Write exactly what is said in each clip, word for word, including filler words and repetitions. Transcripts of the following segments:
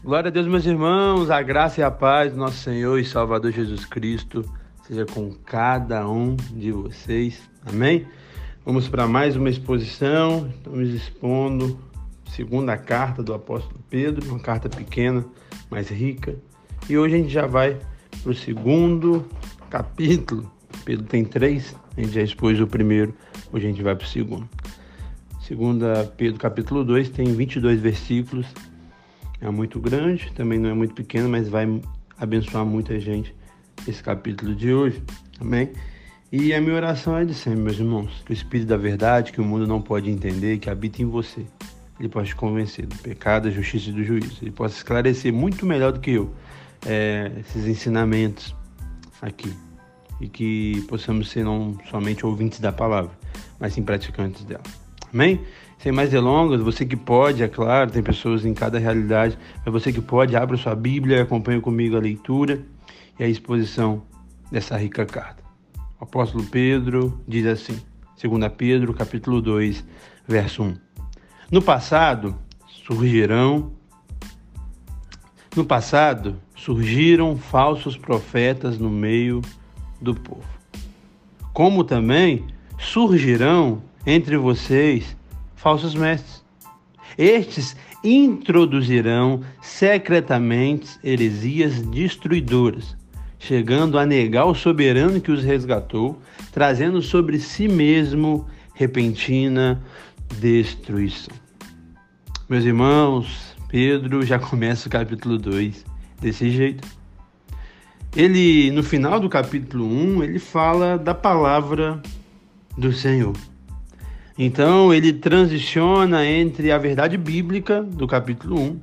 Glória a Deus, meus irmãos, a graça e a paz do nosso Senhor e Salvador Jesus Cristo seja com cada um de vocês, amém? Vamos para mais uma exposição, estamos expondo a segunda carta do apóstolo Pedro, uma carta pequena, mas rica, e hoje a gente já vai para o segundo capítulo. Pedro tem três, a gente já expôs o primeiro, hoje a gente vai para o segundo. Segunda Pedro capítulo dois tem vinte e dois versículos. É muito grande, também não é muito pequeno, mas vai abençoar muita gente esse capítulo de hoje, amém? E a minha oração é de sempre, meus irmãos, que o Espírito da verdade, que o mundo não pode entender, que habita em você, ele possa te convencer do pecado, da justiça e do juízo, ele possa esclarecer muito melhor do que eu é, esses ensinamentos aqui, e que possamos ser não somente ouvintes da palavra, mas sim praticantes dela, amém? Sem mais delongas, você que pode, é claro, tem pessoas em cada realidade, mas você que pode, abra sua Bíblia, acompanhe comigo a leitura e a exposição dessa rica carta. O apóstolo Pedro diz assim, segunda Pedro, capítulo dois, verso um. No passado, surgirão, no passado, surgiram falsos profetas no meio do povo, como também surgirão entre vocês falsos mestres. Estes introduzirão secretamente heresias destruidoras, chegando a negar o soberano que os resgatou, trazendo sobre si mesmo repentina destruição. Meus irmãos, Pedro já começa o capítulo dois desse jeito. Ele, no final do capítulo um, ele fala da palavra do Senhor. Então, ele transiciona entre a verdade bíblica do capítulo um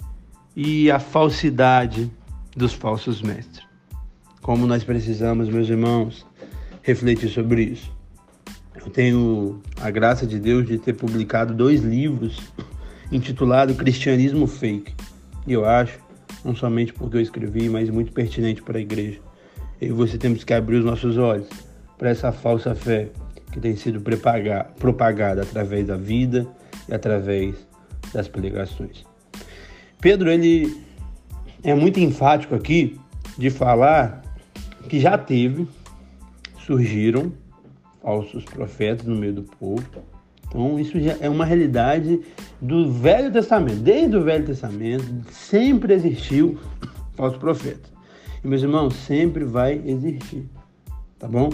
e a falsidade dos falsos mestres. Como nós precisamos, meus irmãos, refletir sobre isso. Eu tenho a graça de Deus de ter publicado dois livros intitulados Cristianismo Fake. E eu acho, não somente porque eu escrevi, mas muito pertinente para a igreja. Eu e você temos que abrir os nossos olhos para essa falsa fé que tem sido propagada através da vida e através das pregações. Pedro, ele é muito enfático aqui de falar que já teve, surgiram falsos profetas no meio do povo. Então, isso já é uma realidade do Velho Testamento. Desde o Velho Testamento, sempre existiu falsos profetas. E, meus irmãos, sempre vai existir, tá bom?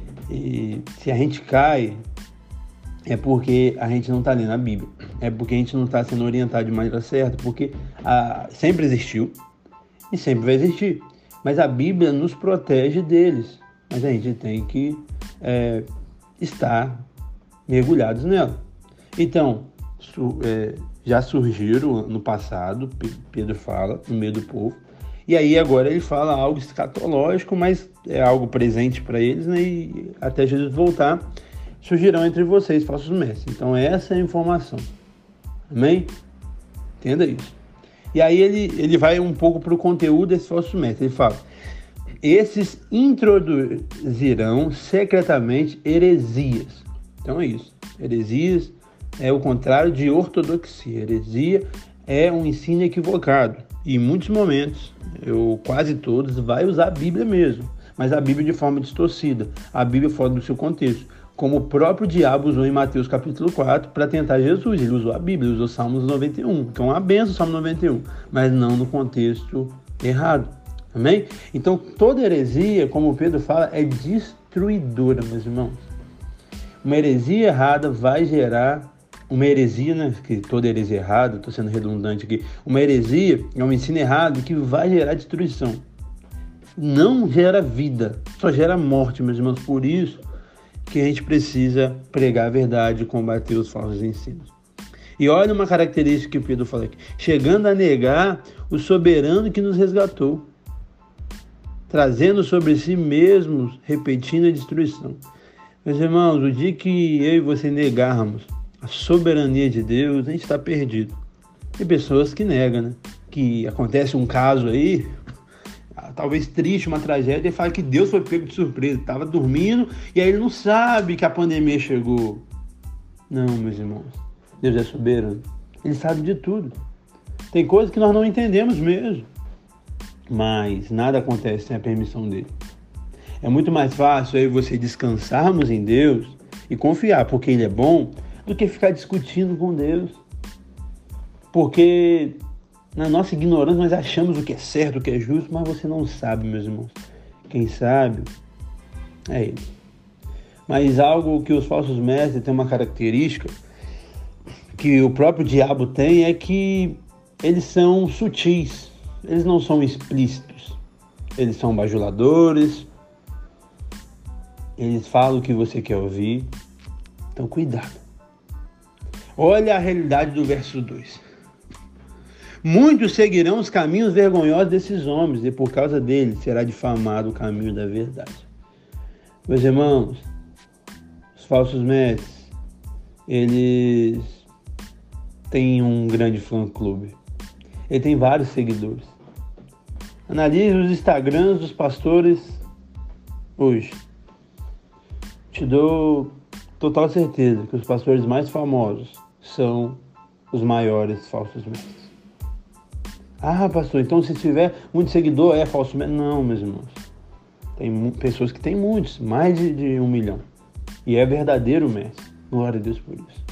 E se a gente cai, é porque a gente não está lendo a Bíblia, é porque a gente não está sendo orientado de maneira certa, porque a, sempre existiu e sempre vai existir, mas a Bíblia nos protege deles, mas a gente tem que é, estar mergulhados nela. Então, su, é, já surgiram no passado, Pedro fala, no meio do povo, e aí agora ele fala algo escatológico, mas é algo presente para eles, né? E até Jesus voltar, surgirão entre vocês falsos mestres. Então essa é a informação. Amém? Entenda isso. E aí ele, ele vai um pouco para o conteúdo desse falso mestre. Ele fala, esses introduzirão secretamente heresias. Então é isso. Heresias é o contrário de ortodoxia. Heresia é um ensino equivocado. E em muitos momentos, eu quase todos, vai usar a Bíblia mesmo, mas a Bíblia de forma distorcida, a Bíblia fora do seu contexto, como o próprio diabo usou em Mateus capítulo quatro para tentar Jesus. Ele usou a Bíblia, ele usou Salmos noventa e um, que é uma benção, Salmo noventa e um, mas não no contexto errado, amém? Então toda heresia, como Pedro fala, é destruidora, meus irmãos. Uma heresia errada vai gerar uma heresia, né? Que toda heresia errada, estou sendo redundante aqui. Uma heresia é um ensino errado que vai gerar destruição. Não gera vida, só gera morte, meus irmãos. Por isso que a gente precisa pregar a verdade e combater os falsos ensinos. E olha uma característica que o Pedro fala aqui. Chegando a negar o soberano que nos resgatou, trazendo sobre si mesmos repetida destruição. Meus irmãos, o dia que eu e você negarmos a soberania de Deus, a gente está perdido. Tem pessoas que negam, né? Que acontece um caso aí, talvez triste, uma tragédia, e fala que Deus foi pego de surpresa, estava dormindo, e aí ele não sabe que a pandemia chegou. Não, meus irmãos, Deus é soberano. Ele sabe de tudo. Tem coisas que nós não entendemos mesmo, mas nada acontece sem a permissão dele. É muito mais fácil eu e você descansarmos em Deus e confiar, porque ele é bom, do que ficar discutindo com Deus. Porque na nossa ignorância nós achamos o que é certo, o que é justo, mas você não sabe, meus irmãos. Quem sabe é ele. Mas algo que os falsos mestres têm uma característica, que o próprio diabo tem, é que eles são sutis, eles não são explícitos. Eles são bajuladores, eles falam o que você quer ouvir. Então cuidado. Olha a realidade do verso dois. Muitos seguirão os caminhos vergonhosos desses homens, e por causa deles será difamado o caminho da verdade. Meus irmãos, os falsos mestres, eles têm um grande fã-clube. Ele tem vários seguidores. Analise os Instagrams dos pastores hoje. Te dou total certeza que os pastores mais famosos são os maiores falsos mestres. Ah, pastor, então se tiver muito seguidor é falso mestre? Não, meus irmãos. Tem pessoas que têm muitos, mais de, de um milhão. E é verdadeiro mestre. Glória a Deus por isso.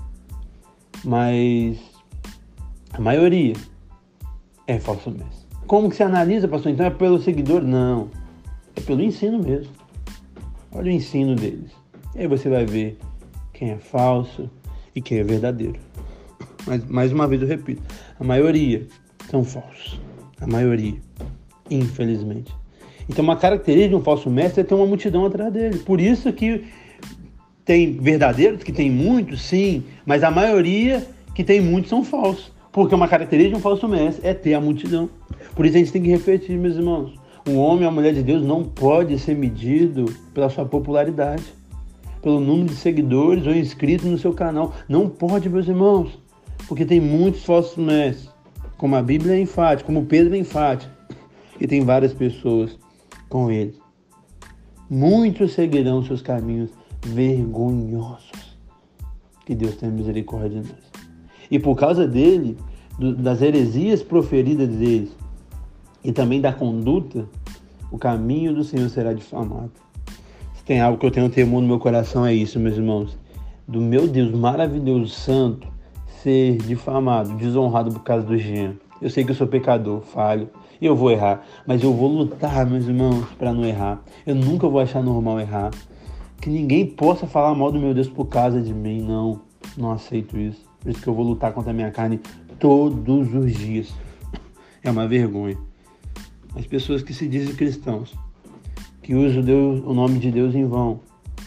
Mas a maioria é falso mestre. Como que se analisa, pastor? Então é pelo seguidor? Não. É pelo ensino mesmo. Olha o ensino deles. E aí você vai ver quem é falso e quem é verdadeiro. Mas, mais uma vez eu repito. A maioria são falsos. A maioria. Infelizmente. Então uma característica de um falso mestre é ter uma multidão atrás dele. Por isso que tem verdadeiros, que tem muitos, sim. Mas a maioria que tem muitos são falsos. Porque uma característica de um falso mestre é ter a multidão. Por isso a gente tem que refletir, meus irmãos. Um homem ou uma mulher de Deus não pode ser medido pela sua popularidade, pelo número de seguidores ou inscritos no seu canal. Não pode, meus irmãos, porque tem muitos falsos mestres, como a Bíblia é enfática, como Pedro é enfático, e tem várias pessoas com ele. Muitos seguirão seus caminhos vergonhosos. Que Deus tenha misericórdia de nós. E por causa dele, do, das heresias proferidas deles, e também da conduta, o caminho do Senhor será difamado. Se tem algo que eu tenho temor no meu coração, é isso, meus irmãos. Do meu Deus maravilhoso, santo, ser difamado, desonrado por causa do gênero. Eu sei que eu sou pecador, falho, e eu vou errar. Mas eu vou lutar, meus irmãos, para não errar. Eu nunca vou achar normal errar. Que ninguém possa falar mal do meu Deus por causa de mim, não. Não aceito isso. Por isso que eu vou lutar contra a minha carne todos os dias. É uma vergonha. As pessoas que se dizem cristãos, que usam Deus, o nome de Deus em vão,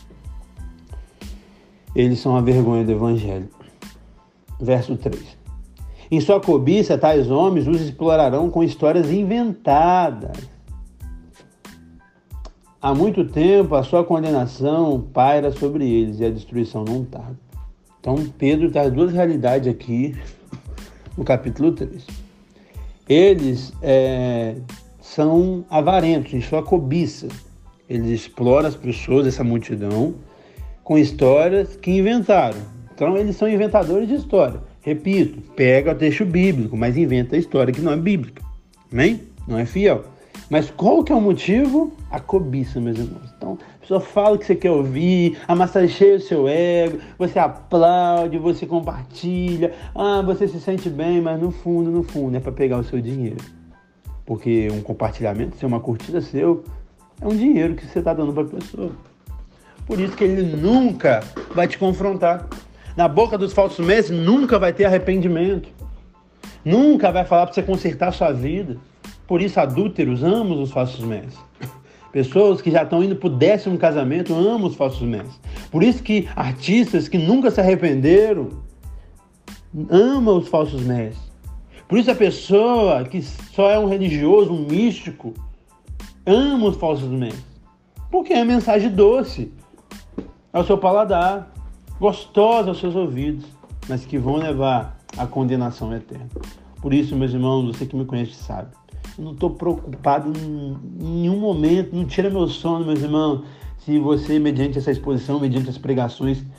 eles são a vergonha do Evangelho. Verso três. Em sua cobiça, tais homens os explorarão com histórias inventadas. Há muito tempo, a sua condenação paira sobre eles e a destruição não tarda. Então, Pedro traz duas realidades aqui no capítulo três. Eles é, são avarentos em sua cobiça. Eles exploram as pessoas, essa multidão, com histórias que inventaram. Então, eles são inventadores de história. Repito, pega o texto bíblico, mas inventa a história que não é bíblica. Amém? Não é fiel. Mas qual que é o motivo? A cobiça, meus irmãos. Então, a pessoa fala o que você quer ouvir, amassageia o seu ego, você aplaude, você compartilha, ah, você se sente bem, mas no fundo, no fundo, é para pegar o seu dinheiro. Porque um compartilhamento, se é uma curtida seu, é um dinheiro que você está dando para a pessoa. Por isso que ele nunca vai te confrontar. Na boca dos falsos mestres, nunca vai ter arrependimento. Nunca vai falar para você consertar a sua vida. Por isso, adúlteros amam os falsos mestres. Pessoas que já estão indo para o décimo casamento amam os falsos mestres. Por isso que artistas que nunca se arrependeram amam os falsos mestres. Por isso a pessoa que só é um religioso, um místico, ama os falsos mestres. Porque é mensagem doce ao seu paladar, gostosa aos seus ouvidos, mas que vão levar à condenação eterna. Por isso, meus irmãos, você que me conhece sabe. Eu não estou preocupado em nenhum momento, não tira meu sono, meus irmãos, se você, mediante essa exposição, mediante as pregações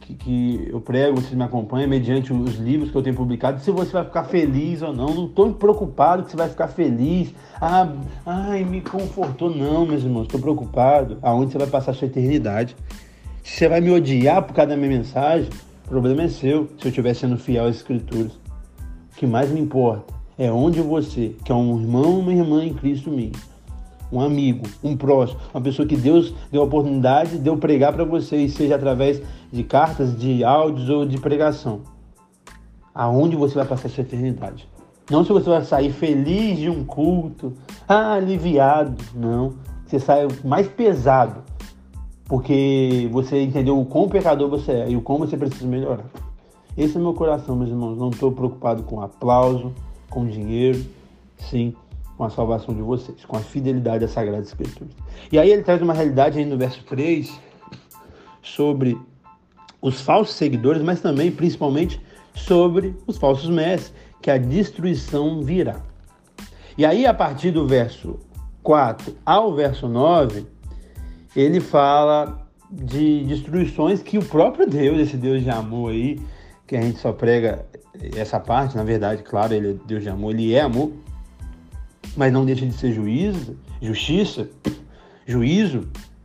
que, que eu prego, vocês me acompanham, mediante os livros que eu tenho publicado, se você vai ficar feliz ou não. Não estou preocupado que você vai ficar feliz. Ah, ai, me confortou. Não, meus irmãos, estou preocupado aonde você vai passar a sua eternidade. Se você vai me odiar por causa da minha mensagem, o problema é seu, se eu estiver sendo fiel às Escrituras. O que mais me importa é onde você, que é um irmão, uma irmã em Cristo minha, um amigo, um próximo, uma pessoa que Deus deu a oportunidade de eu pregar para vocês, seja através de cartas, de áudios ou de pregação. Aonde você vai passar a sua eternidade. Não se você vai sair feliz de um culto, ah, aliviado. Não, você sai mais pesado, porque você entendeu o quão pecador você é e o quão você precisa melhorar. Esse é o meu coração, meus irmãos. Não estou preocupado com aplauso, com dinheiro, sim, com a salvação de vocês, com a fidelidade às Sagradas Escrituras. E aí ele traz uma realidade aí no verso três sobre os falsos seguidores, mas também, principalmente, sobre os falsos mestres, que a destruição virá. E aí, a partir do verso quatro ao verso nove, ele fala de destruições que o próprio Deus, esse Deus de amor aí, que a gente só prega essa parte, na verdade, claro, ele é Deus de amor, ele é amor, mas não deixa de ser juízo, justiça, juízo.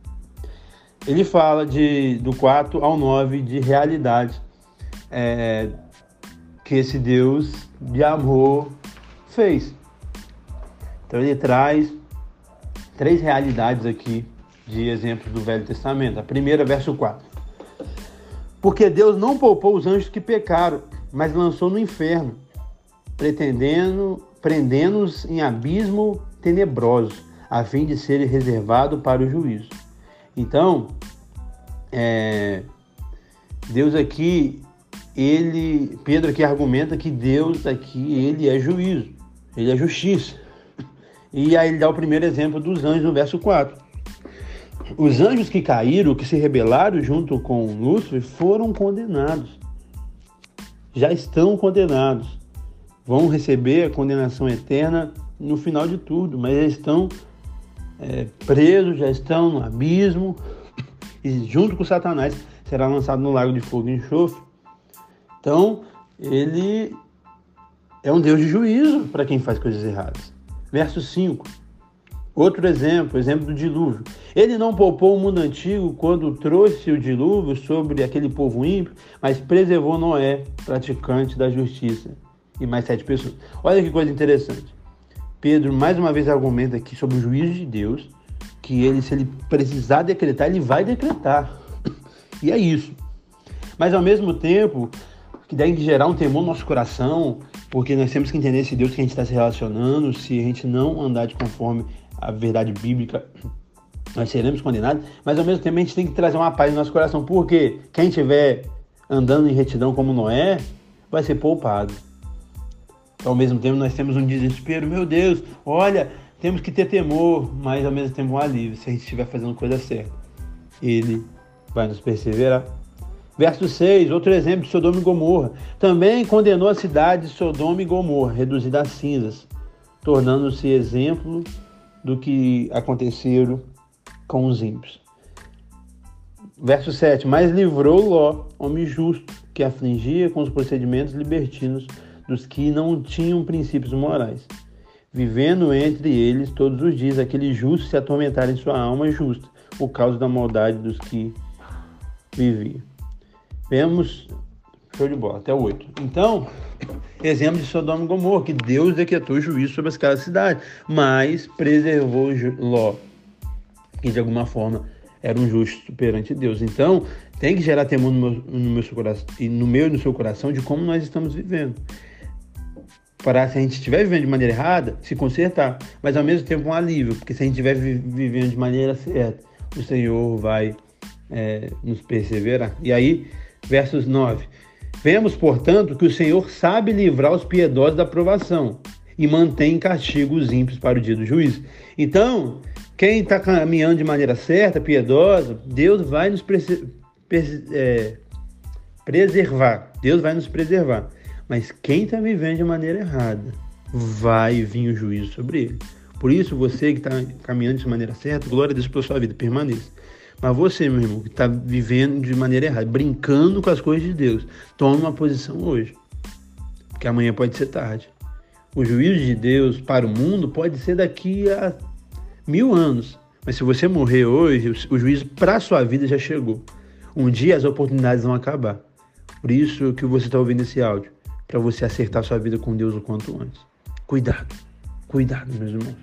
Ele fala de, do quatro ao nove de realidade é, que esse Deus de amor fez. Então ele traz três realidades aqui de exemplos do Velho Testamento. A primeira, verso quatro. Porque Deus não poupou os anjos que pecaram, mas lançou no inferno, pretendendo prendendo-os em abismo tenebroso, a fim de serem reservados para o juízo. Então, é, Deus aqui, ele, Pedro aqui argumenta que Deus aqui, ele é juízo, ele é justiça. E aí ele dá o primeiro exemplo dos anjos no verso quatro. Os anjos que caíram, que se rebelaram junto com Lúcifer, foram condenados. Já estão condenados. Vão receber a condenação eterna no final de tudo, mas já estão é, presos, já estão no abismo, e junto com Satanás será lançado no lago de fogo e enxofre. Então, ele é um Deus de juízo para quem faz coisas erradas. Verso cinco. Outro exemplo, exemplo do dilúvio. Ele não poupou o mundo antigo quando trouxe o dilúvio sobre aquele povo ímpio, mas preservou Noé, praticante da justiça, e mais sete pessoas. Olha que coisa interessante. Pedro mais uma vez argumenta aqui sobre o juízo de Deus, que ele, se ele precisar decretar, ele vai decretar. E é isso. Mas ao mesmo tempo, que deve gerar um temor no nosso coração, porque nós temos que entender esse Deus que a gente está se relacionando. Se a gente não andar de conforme a verdade bíblica, nós seremos condenados. Mas ao mesmo tempo a gente tem que trazer uma paz no nosso coração, porque quem estiver andando em retidão como Noé, vai ser poupado. Ao mesmo tempo nós temos um desespero, meu Deus, olha, temos que ter temor, mas ao mesmo tempo um alívio, se a gente estiver fazendo coisa certa. Ele vai nos perseverar. Verso seis, outro exemplo de Sodoma e Gomorra. Também condenou a cidade de Sodoma e Gomorra, reduzida a cinzas, tornando-se exemplo do que aconteceram com os ímpios. Verso sete, mas livrou Ló, homem justo, que afligia com os procedimentos libertinos dos que não tinham princípios morais, vivendo entre eles todos os dias aquele justo se atormentar em sua alma justa, por causa da maldade dos que viviam. Vemos, show de bola, até o oito. Então, exemplo de Sodoma e Gomorra, que Deus decretou juízo sobre aquela cidade, mas preservou Ló, que de alguma forma era um justo perante Deus. Então, tem que gerar temor no meu, no meu coração, e no meu e no seu coração de como nós estamos vivendo. Para, se a gente estiver vivendo de maneira errada, se consertar, mas ao mesmo tempo um alívio, porque se a gente estiver vivendo de maneira certa, o Senhor vai é, nos perseverar. E aí, versos nove. Vemos, portanto, que o Senhor sabe livrar os piedosos da provação e mantém em castigo os ímpios para o dia do juízo. Então, quem está caminhando de maneira certa, piedosa, Deus vai nos prese- pres- é, preservar. Deus vai nos preservar. Mas quem está vivendo de maneira errada, vai vir o juízo sobre ele. Por isso, você que está caminhando de maneira certa, glória a Deus pela sua vida, permaneça. Mas você, meu irmão, que está vivendo de maneira errada, brincando com as coisas de Deus, tome uma posição hoje, porque amanhã pode ser tarde. O juízo de Deus para o mundo pode ser daqui a mil anos, mas se você morrer hoje, o juízo para a sua vida já chegou. Um dia as oportunidades vão acabar. Por isso que você está ouvindo esse áudio, para você acertar sua vida com Deus o quanto antes. Cuidado, cuidado, meus irmãos.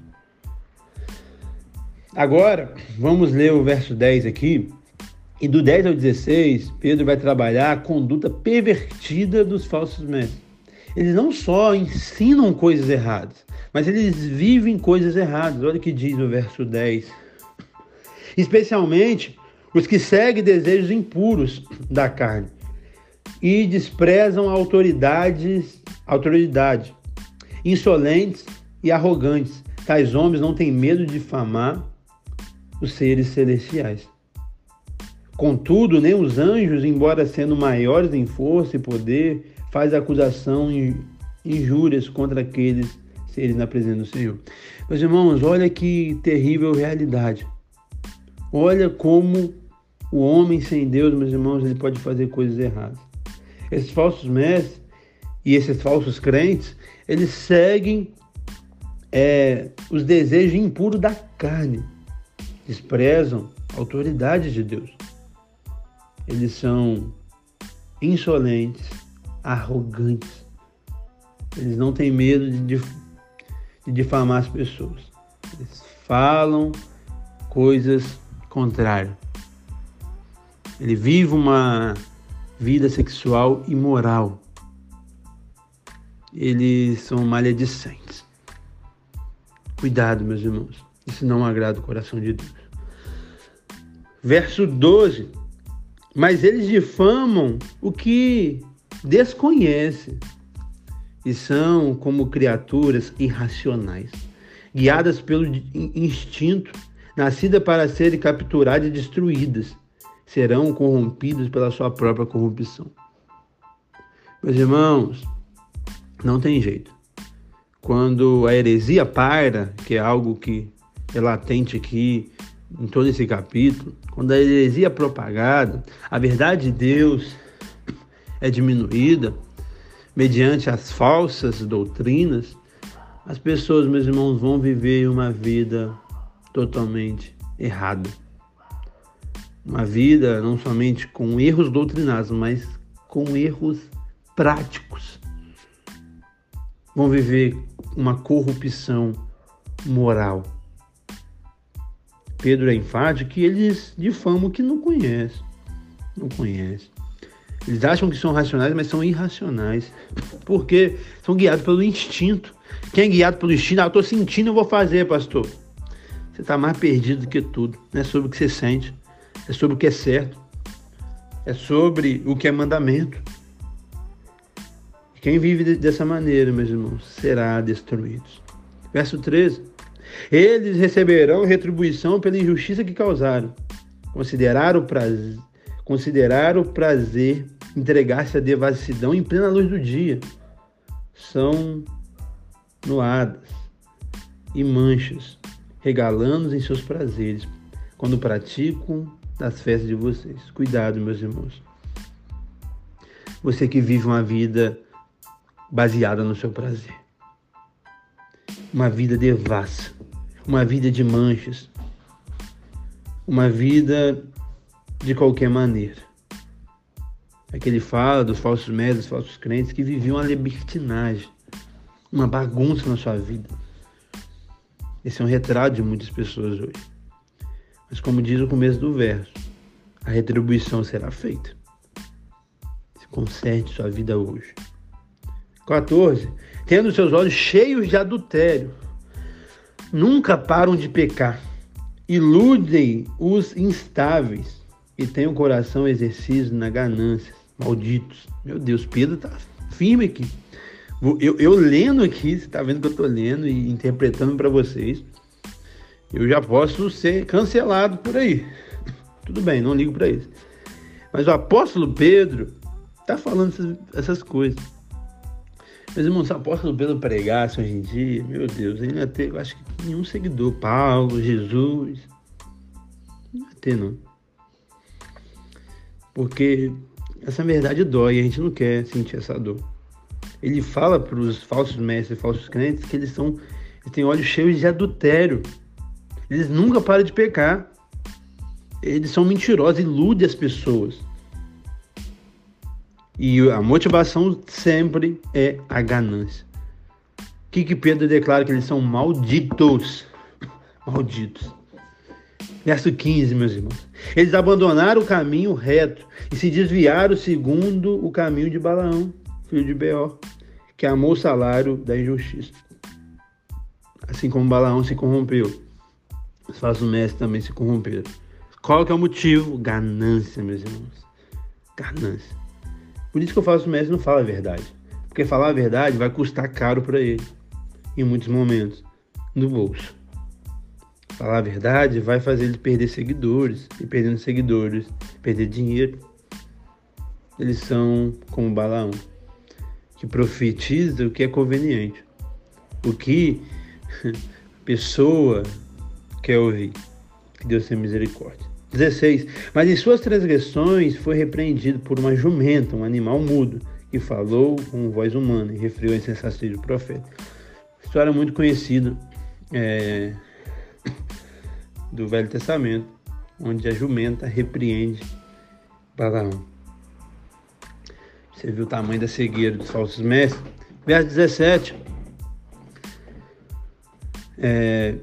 Agora, vamos ler o verso dez aqui. E do dez ao dezesseis, Pedro vai trabalhar a conduta pervertida dos falsos mestres. Eles não só ensinam coisas erradas, mas eles vivem coisas erradas. Olha o que diz o verso dez. Especialmente os que seguem desejos impuros da carne e desprezam autoridades, autoridade, insolentes e arrogantes. Tais homens não têm medo de difamar os seres celestiais. Contudo, nem os anjos, embora sendo maiores em força e poder, faz acusação e injúrias contra aqueles seres na presença do Senhor. Meus irmãos, olha que terrível realidade. Olha como o homem sem Deus, meus irmãos, ele pode fazer coisas erradas. Esses falsos mestres e esses falsos crentes, eles seguem é, os desejos impuros da carne. Desprezam a autoridade de Deus. Eles são insolentes, arrogantes. Eles não têm medo de, dif- de difamar as pessoas. Eles falam coisas contrárias. Ele vive uma vida sexual imoral. Eles são maledicentes. Cuidado, meus irmãos. Isso não agrada o coração de Deus. Verso doze. Mas eles difamam o que desconhecem e são como criaturas irracionais, guiadas pelo instinto, nascidas para serem capturadas e destruídas. Serão corrompidos pela sua própria corrupção. Meus irmãos, não tem jeito. Quando a heresia paira, que é algo que é latente aqui em todo esse capítulo, quando a heresia é propagada, a verdade de Deus é diminuída mediante as falsas doutrinas, as pessoas, meus irmãos, vão viver uma vida totalmente errada. Uma vida não somente com erros doutrinários, mas com erros práticos. Vão viver uma corrupção moral. Pedro é enfático que eles difamam o que não conhecem. Não conhecem. Eles acham que são racionais, mas são irracionais. Porque são guiados pelo instinto. Quem é guiado pelo instinto, ah, eu estou sentindo, eu vou fazer, pastor. Você está mais perdido do que tudo. Não é sobre o que você sente. É sobre o que é certo. É sobre o que é mandamento. Quem vive dessa maneira, meus irmãos, será destruído. Verso treze. Eles receberão retribuição pela injustiça que causaram. Considerar o prazer, considerar o prazer entregar-se à devassidão em plena luz do dia. São nuadas e manchas, regalando-os em seus prazeres, quando praticam das festas de vocês. Cuidado, meus irmãos. Você que vive uma vida baseada no seu prazer. Uma vida devassa. Uma vida de manchas. Uma vida de qualquer maneira. Aqui ele fala dos falsos mestres, dos falsos crentes que viviam a libertinagem. Uma bagunça na sua vida. Esse é um retrato de muitas pessoas hoje. Mas como diz o começo do verso, a retribuição será feita. Se conserte sua vida hoje. quatorze. Tendo seus olhos cheios de adultério, nunca param de pecar, iludem os instáveis e têm o coração exercido na ganância. Malditos. Meu Deus, Pedro está firme aqui. Eu, eu lendo aqui, você está vendo que eu estou lendo e interpretando para vocês, eu já posso ser cancelado por aí. Tudo bem, não ligo para isso. Mas o apóstolo Pedro está falando essas, essas coisas. Meus irmãos, se o apóstolo Pedro pregasse hoje em dia, meu Deus, ele não ia ter, eu acho que nenhum seguidor. Paulo, Jesus, não ia ter, não. porque essa verdade dói e a gente não quer sentir essa dor. Ele fala para os falsos mestres e falsos crentes que eles, são, eles têm olhos cheios de adultério. Eles nunca param de pecar. Eles são mentirosos, iludem as pessoas. E a motivação sempre é a ganância. O que, que Pedro declara? Que eles são malditos. Malditos. Verso quinze, meus irmãos. Eles abandonaram o caminho reto e se desviaram segundo o caminho de Balaão, filho de Beor, que amou o salário da injustiça. Assim como Balaão se corrompeu, os falsos mestres também se corromperam. Qual que é o motivo? Ganância, meus irmãos. Ganância. Por isso que o falso mestre não fala a verdade. Porque falar a verdade vai custar caro para ele, em muitos momentos, no bolso. Falar a verdade vai fazer ele perder seguidores, e perdendo seguidores, perder dinheiro. Eles são como Balaão, que profetiza o que é conveniente, o que a pessoa quer ouvir. Que Deus tenha misericórdia. dezesseis. Mas em suas transgressões foi repreendido por uma jumenta, um animal mudo, que falou com voz humana e referiu a insensatez do profeta. História muito conhecida é, do Velho Testamento, onde a jumenta repreende Balaão. Você viu o tamanho da cegueira dos falsos mestres? Verso dezessete. É,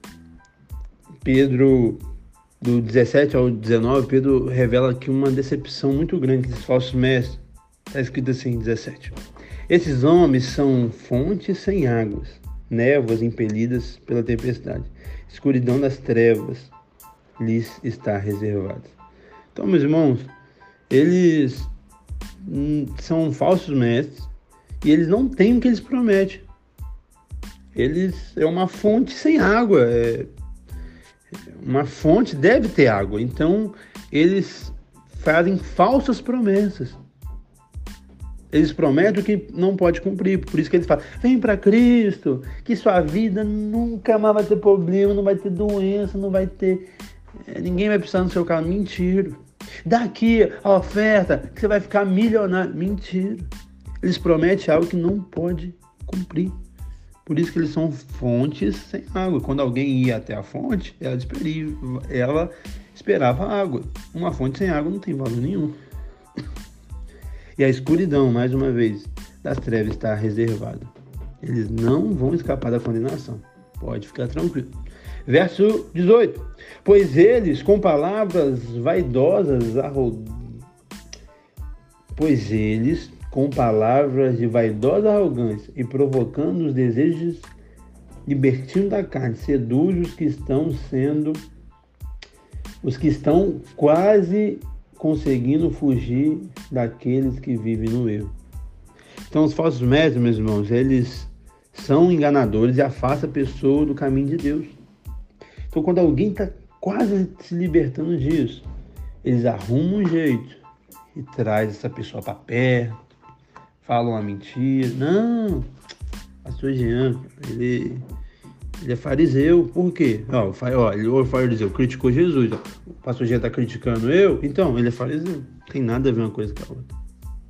Pedro, do dezessete ao dezenove, Pedro revela aqui uma decepção muito grande dos falsos mestres. Está escrito assim, dezessete. Esses homens são fontes sem águas, névoas impelidas pela tempestade. Escuridão das trevas lhes está reservada. Então, meus irmãos, eles hum, são falsos mestres e eles não têm o que eles prometem. Eles é uma fonte sem água. É, uma fonte deve ter água. Então, eles fazem falsas promessas. Eles prometem o que não pode cumprir. Por isso que eles falam, vem para Cristo, que sua vida nunca mais vai ter problema, não vai ter doença, não vai ter... Ninguém vai precisar no seu carro. Mentira. Daqui a oferta, que você vai ficar milionário. Mentira. Eles prometem algo que não pode cumprir. Por isso que eles são fontes sem água. Quando alguém ia até a fonte, ela esperava, ela esperava água. Uma fonte sem água não tem valor nenhum. E a escuridão, mais uma vez, das trevas está reservada. Eles não vão escapar da condenação. Pode ficar tranquilo. Verso dezoito. Pois eles, com palavras vaidosas, arro... pois eles, com palavras de vaidosa arrogância e provocando os desejos libertinos da carne, seduzem os que estão sendo, os que estão quase conseguindo fugir daqueles que vivem no erro. Então, os falsos mestres, meus irmãos, eles são enganadores e afastam a pessoa do caminho de Deus. Então, quando alguém está quase se libertando disso, eles arrumam um jeito e traz essa pessoa para perto, falam uma mentira. Não, pastor Jean, ele, ele é fariseu. Por quê? Ó, ó, ele, o fariseu criticou Jesus. Ó. O pastor Jean está criticando eu? Então, ele é fariseu. Não tem nada a ver uma coisa com a outra.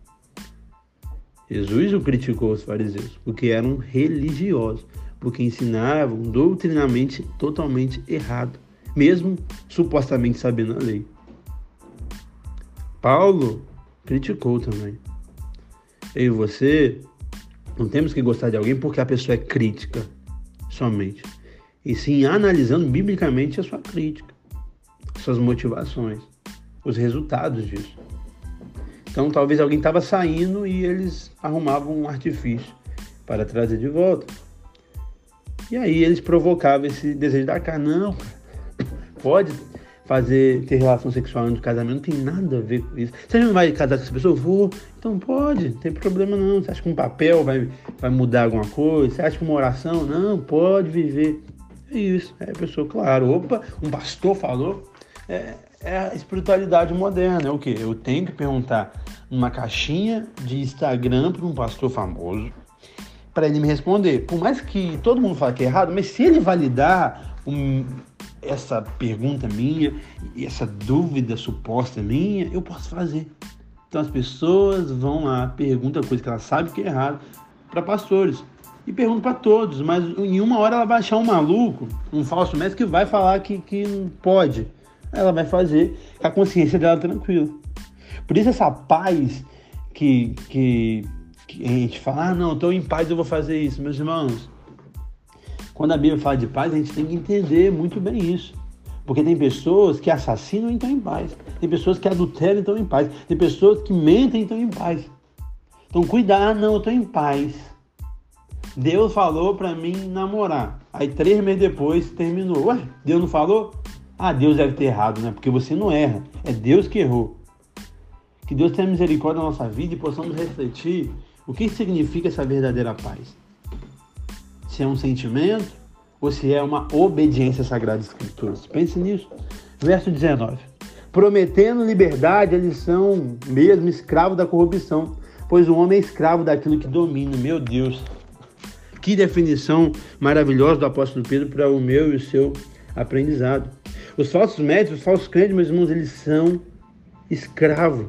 Jesus o criticou os fariseus, porque eram religiosos, porque ensinavam doutrinamente totalmente errado, mesmo supostamente sabendo a lei. Paulo criticou também. Eu e você não temos que gostar de alguém porque a pessoa é crítica somente, e sim analisando biblicamente a sua crítica, suas motivações, os resultados disso. Então, talvez alguém estava saindo e eles arrumavam um artifício para trazer de volta. E aí eles provocavam esse desejo da carne. Não, pode fazer, ter relação sexual antes do casamento, não tem nada a ver com isso. Você não vai casar com essa pessoa? Vou. Então pode, não tem problema não. Você acha que um papel vai, vai mudar alguma coisa? Você acha que uma oração? Não, pode viver. É isso. É a pessoa, claro, opa, um pastor falou. É, é a espiritualidade moderna. É o quê? Eu tenho que perguntar numa caixinha de Instagram para um pastor famoso, para ele me responder. Por mais que todo mundo fale que é errado, mas se ele validar um, essa pergunta minha, essa dúvida suposta minha, eu posso fazer. Então as pessoas vão lá, perguntam coisa que ela sabe que é errado para pastores. E perguntam para todos, mas em uma hora ela vai achar um maluco, um falso mestre que vai falar que, que não pode. Ela vai fazer com a consciência dela tranquila. Por isso essa paz que, que, que a gente fala, ah não, estou em paz, eu vou fazer isso. Meus irmãos, quando a Bíblia fala de paz, a gente tem que entender muito bem isso. Porque tem pessoas que assassinam e estão em paz. Tem pessoas que adulteram e estão em paz. Tem pessoas que mentem e estão em paz. Então cuidado, não, eu estou em paz. Deus falou para mim namorar. Aí três meses depois terminou. Ué, Deus não falou? Ah, Deus deve ter errado, né? Porque você não erra. É Deus que errou. Que Deus tenha misericórdia na nossa vida e possamos refletir o que significa essa verdadeira paz. Se é um sentimento ou se é uma obediência às Sagradas Escrituras. Pense nisso. Verso dezenove. Prometendo liberdade, eles são mesmo escravos da corrupção, pois o homem é escravo daquilo que domina. Meu Deus. Que definição maravilhosa do apóstolo Pedro para o meu e o seu aprendizado. Os falsos médicos, os falsos crentes, meus irmãos, eles são escravos.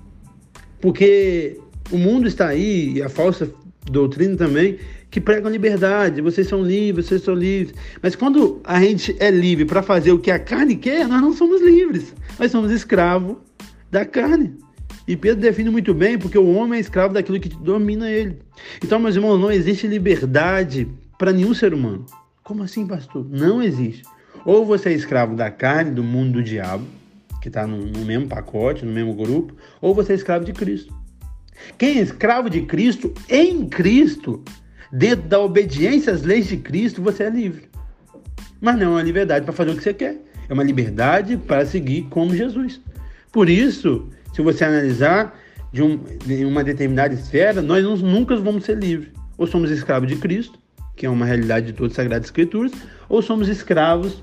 Porque o mundo está aí, e a falsa doutrina também, que pregam liberdade. Vocês são livres, vocês são livres. Mas quando a gente é livre para fazer o que a carne quer, nós não somos livres. Nós somos escravos da carne. E Pedro define muito bem, porque o homem é escravo daquilo que domina ele. Então, meus irmãos, não existe liberdade para nenhum ser humano. Como assim, pastor? Não existe. Ou você é escravo da carne, do mundo do diabo, que está no, no mesmo pacote, no mesmo grupo, ou você é escravo de Cristo. Quem é escravo de Cristo, em Cristo, dentro da obediência às leis de Cristo, você é livre. Mas não é uma liberdade para fazer o que você quer. É uma liberdade para seguir como Jesus. Por isso, se você analisar de, um, de uma determinada esfera, nós não, nunca vamos ser livres. Ou somos escravos de Cristo, que é uma realidade de todas as Sagradas Escrituras, ou somos escravos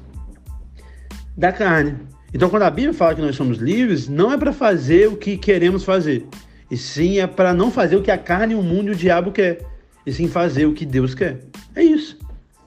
da carne. Então, quando a Bíblia fala que nós somos livres, não é para fazer o que queremos fazer, e sim é para não fazer o que a carne, o mundo e o diabo quer, e sim fazer o que Deus quer. É isso.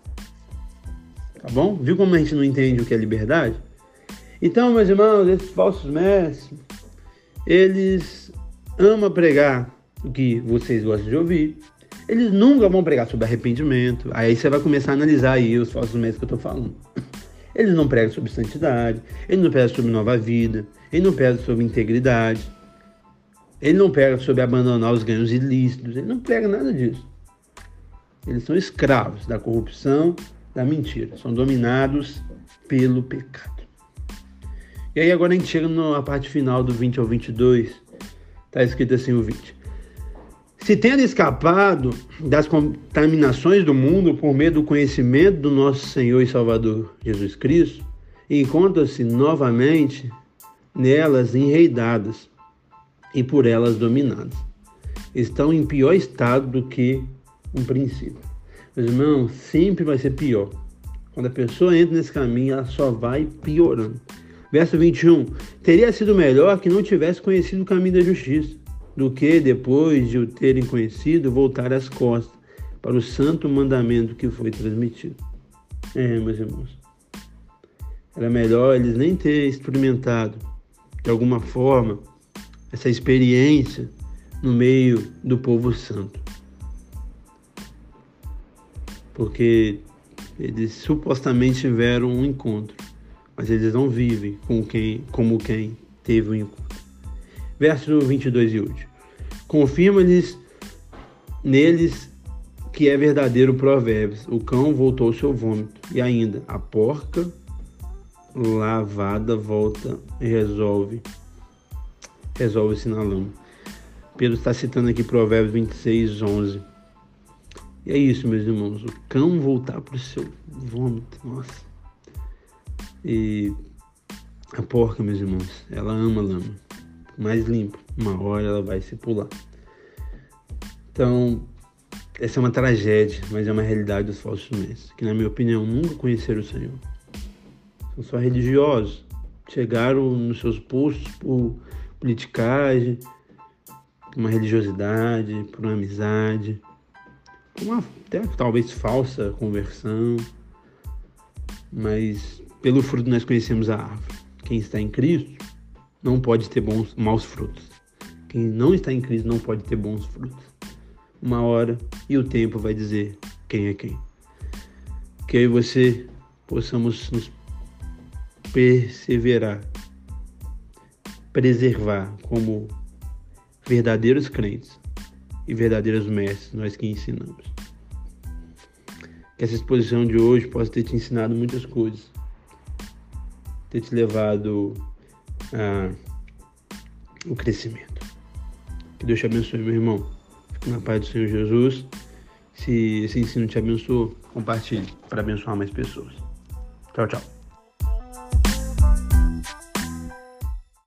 Tá bom? Viu como a gente não entende o que é liberdade? Então, meus irmãos, esses falsos mestres, eles amam pregar o que vocês gostam de ouvir. Eles nunca vão pregar sobre arrependimento. Aí você vai começar a analisar aí os falsos mestres que eu estou falando. Eles não pregam sobre santidade, eles não pregam sobre nova vida, eles não pregam sobre integridade, ele não prega sobre abandonar os ganhos ilícitos, ele não prega nada disso. Eles são escravos da corrupção, da mentira, são dominados pelo pecado. E aí agora a gente chega na parte final do vinte ao vinte e dois, está escrito assim o vinte. Se tendo escapado das contaminações do mundo por meio do conhecimento do nosso Senhor e Salvador Jesus Cristo, encontram-se novamente nelas enreidadas e por elas dominadas. Estão em pior estado do que um princípio. Meus irmãos, sempre vai ser pior. Quando a pessoa entra nesse caminho, ela só vai piorando. Verso vinte e um. Teria sido melhor que não tivesse conhecido o caminho da justiça, do que, depois de o terem conhecido, voltar as costas para o santo mandamento que foi transmitido. É, meus irmãos. Era melhor eles nem terem experimentado, de alguma forma, essa experiência no meio do povo santo. Porque eles supostamente tiveram um encontro, mas eles não vivem com quem, como quem teve o um encontro. Verso vinte e dois e último. Confirma-lhes neles que é verdadeiro Provérbios. O cão voltou ao seu vômito. E ainda, a porca lavada volta e resolve. Resolve-se na lama. Pedro está citando aqui Provérbios vinte e seis, onze. E é isso, meus irmãos. O cão voltar para o seu vômito. Nossa. E a porca, meus irmãos, ela ama lama. Mais limpo, uma hora ela vai se pular. Então, essa é uma tragédia, mas é uma realidade dos falsos mestres, que na minha opinião nunca conheceram o Senhor. São só religiosos, chegaram nos seus postos por politicagem, por uma religiosidade, por uma amizade, por uma até talvez falsa conversão, mas pelo fruto nós conhecemos a árvore. Quem está em Cristo não pode ter bons, maus frutos. Quem não está em Cristo não pode ter bons frutos. Uma hora e o tempo vai dizer quem é quem. Que eu e você possamos nos perseverar, preservar como verdadeiros crentes e verdadeiros mestres, nós que ensinamos. Que essa exposição de hoje possa ter te ensinado muitas coisas, ter te levado ao crescimento. Que Deus te abençoe, meu irmão. Fique na paz do Senhor Jesus. Se esse ensino te abençoou, compartilhe para abençoar mais pessoas. Tchau, tchau.